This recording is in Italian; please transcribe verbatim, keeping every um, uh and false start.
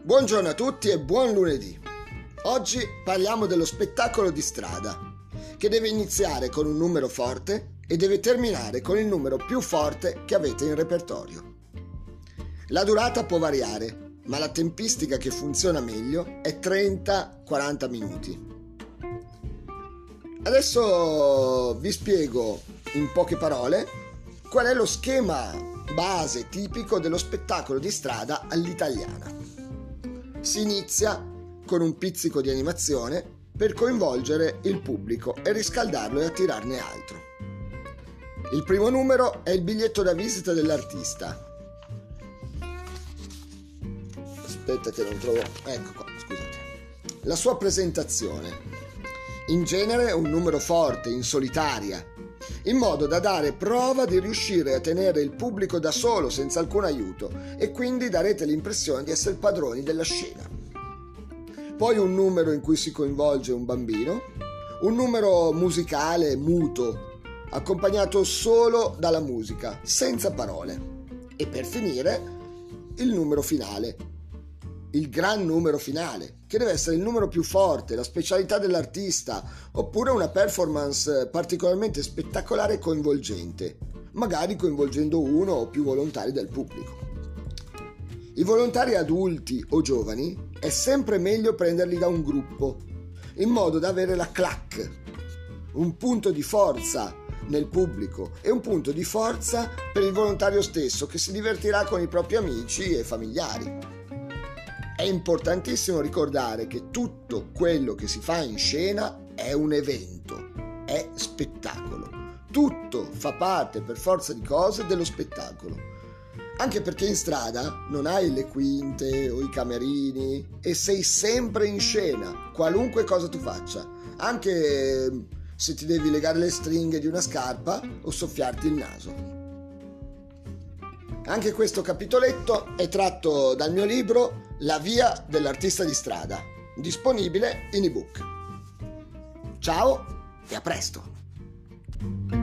Buongiorno a tutti e buon lunedì. Oggi parliamo dello spettacolo di strada, che deve iniziare con un numero forte e deve terminare con il numero più forte che avete in repertorio. La durata può variare, ma la tempistica che funziona meglio è trenta quaranta minuti. Adesso vi spiego in poche parole qual è lo schema base tipico dello spettacolo di strada all'italiana. Si inizia con un pizzico di animazione per coinvolgere il pubblico e riscaldarlo e attirarne altro. Il primo numero è il biglietto da visita dell'artista. Aspetta che non trovo... Ecco qua, scusate. La sua presentazione. In genere un numero forte, in solitaria, in modo da dare prova di riuscire a tenere il pubblico da solo senza alcun aiuto e quindi darete l'impressione di essere padroni della scena. Poi un numero in cui si coinvolge un bambino, un numero musicale muto, accompagnato solo dalla musica, senza parole. E per finire il numero finale, il gran numero finale, che deve essere il numero più forte, la specialità dell'artista, oppure una performance particolarmente spettacolare e coinvolgente, magari coinvolgendo uno o più volontari del pubblico. I volontari adulti o giovani è sempre meglio prenderli da un gruppo, in modo da avere la clac, un punto di forza nel pubblico e un punto di forza per il volontario stesso, che si divertirà con i propri amici e familiari. È importantissimo ricordare che tutto quello che si fa in scena è un evento, è spettacolo. Tutto fa parte per forza di cose dello spettacolo. Anche perché in strada non hai le quinte o i camerini e sei sempre in scena, qualunque cosa tu faccia. Anche se ti devi legare le stringhe di una scarpa o soffiarti il naso. Anche questo capitoletto è tratto dal mio libro La via dell'artista di strada, disponibile in ebook. Ciao e a presto!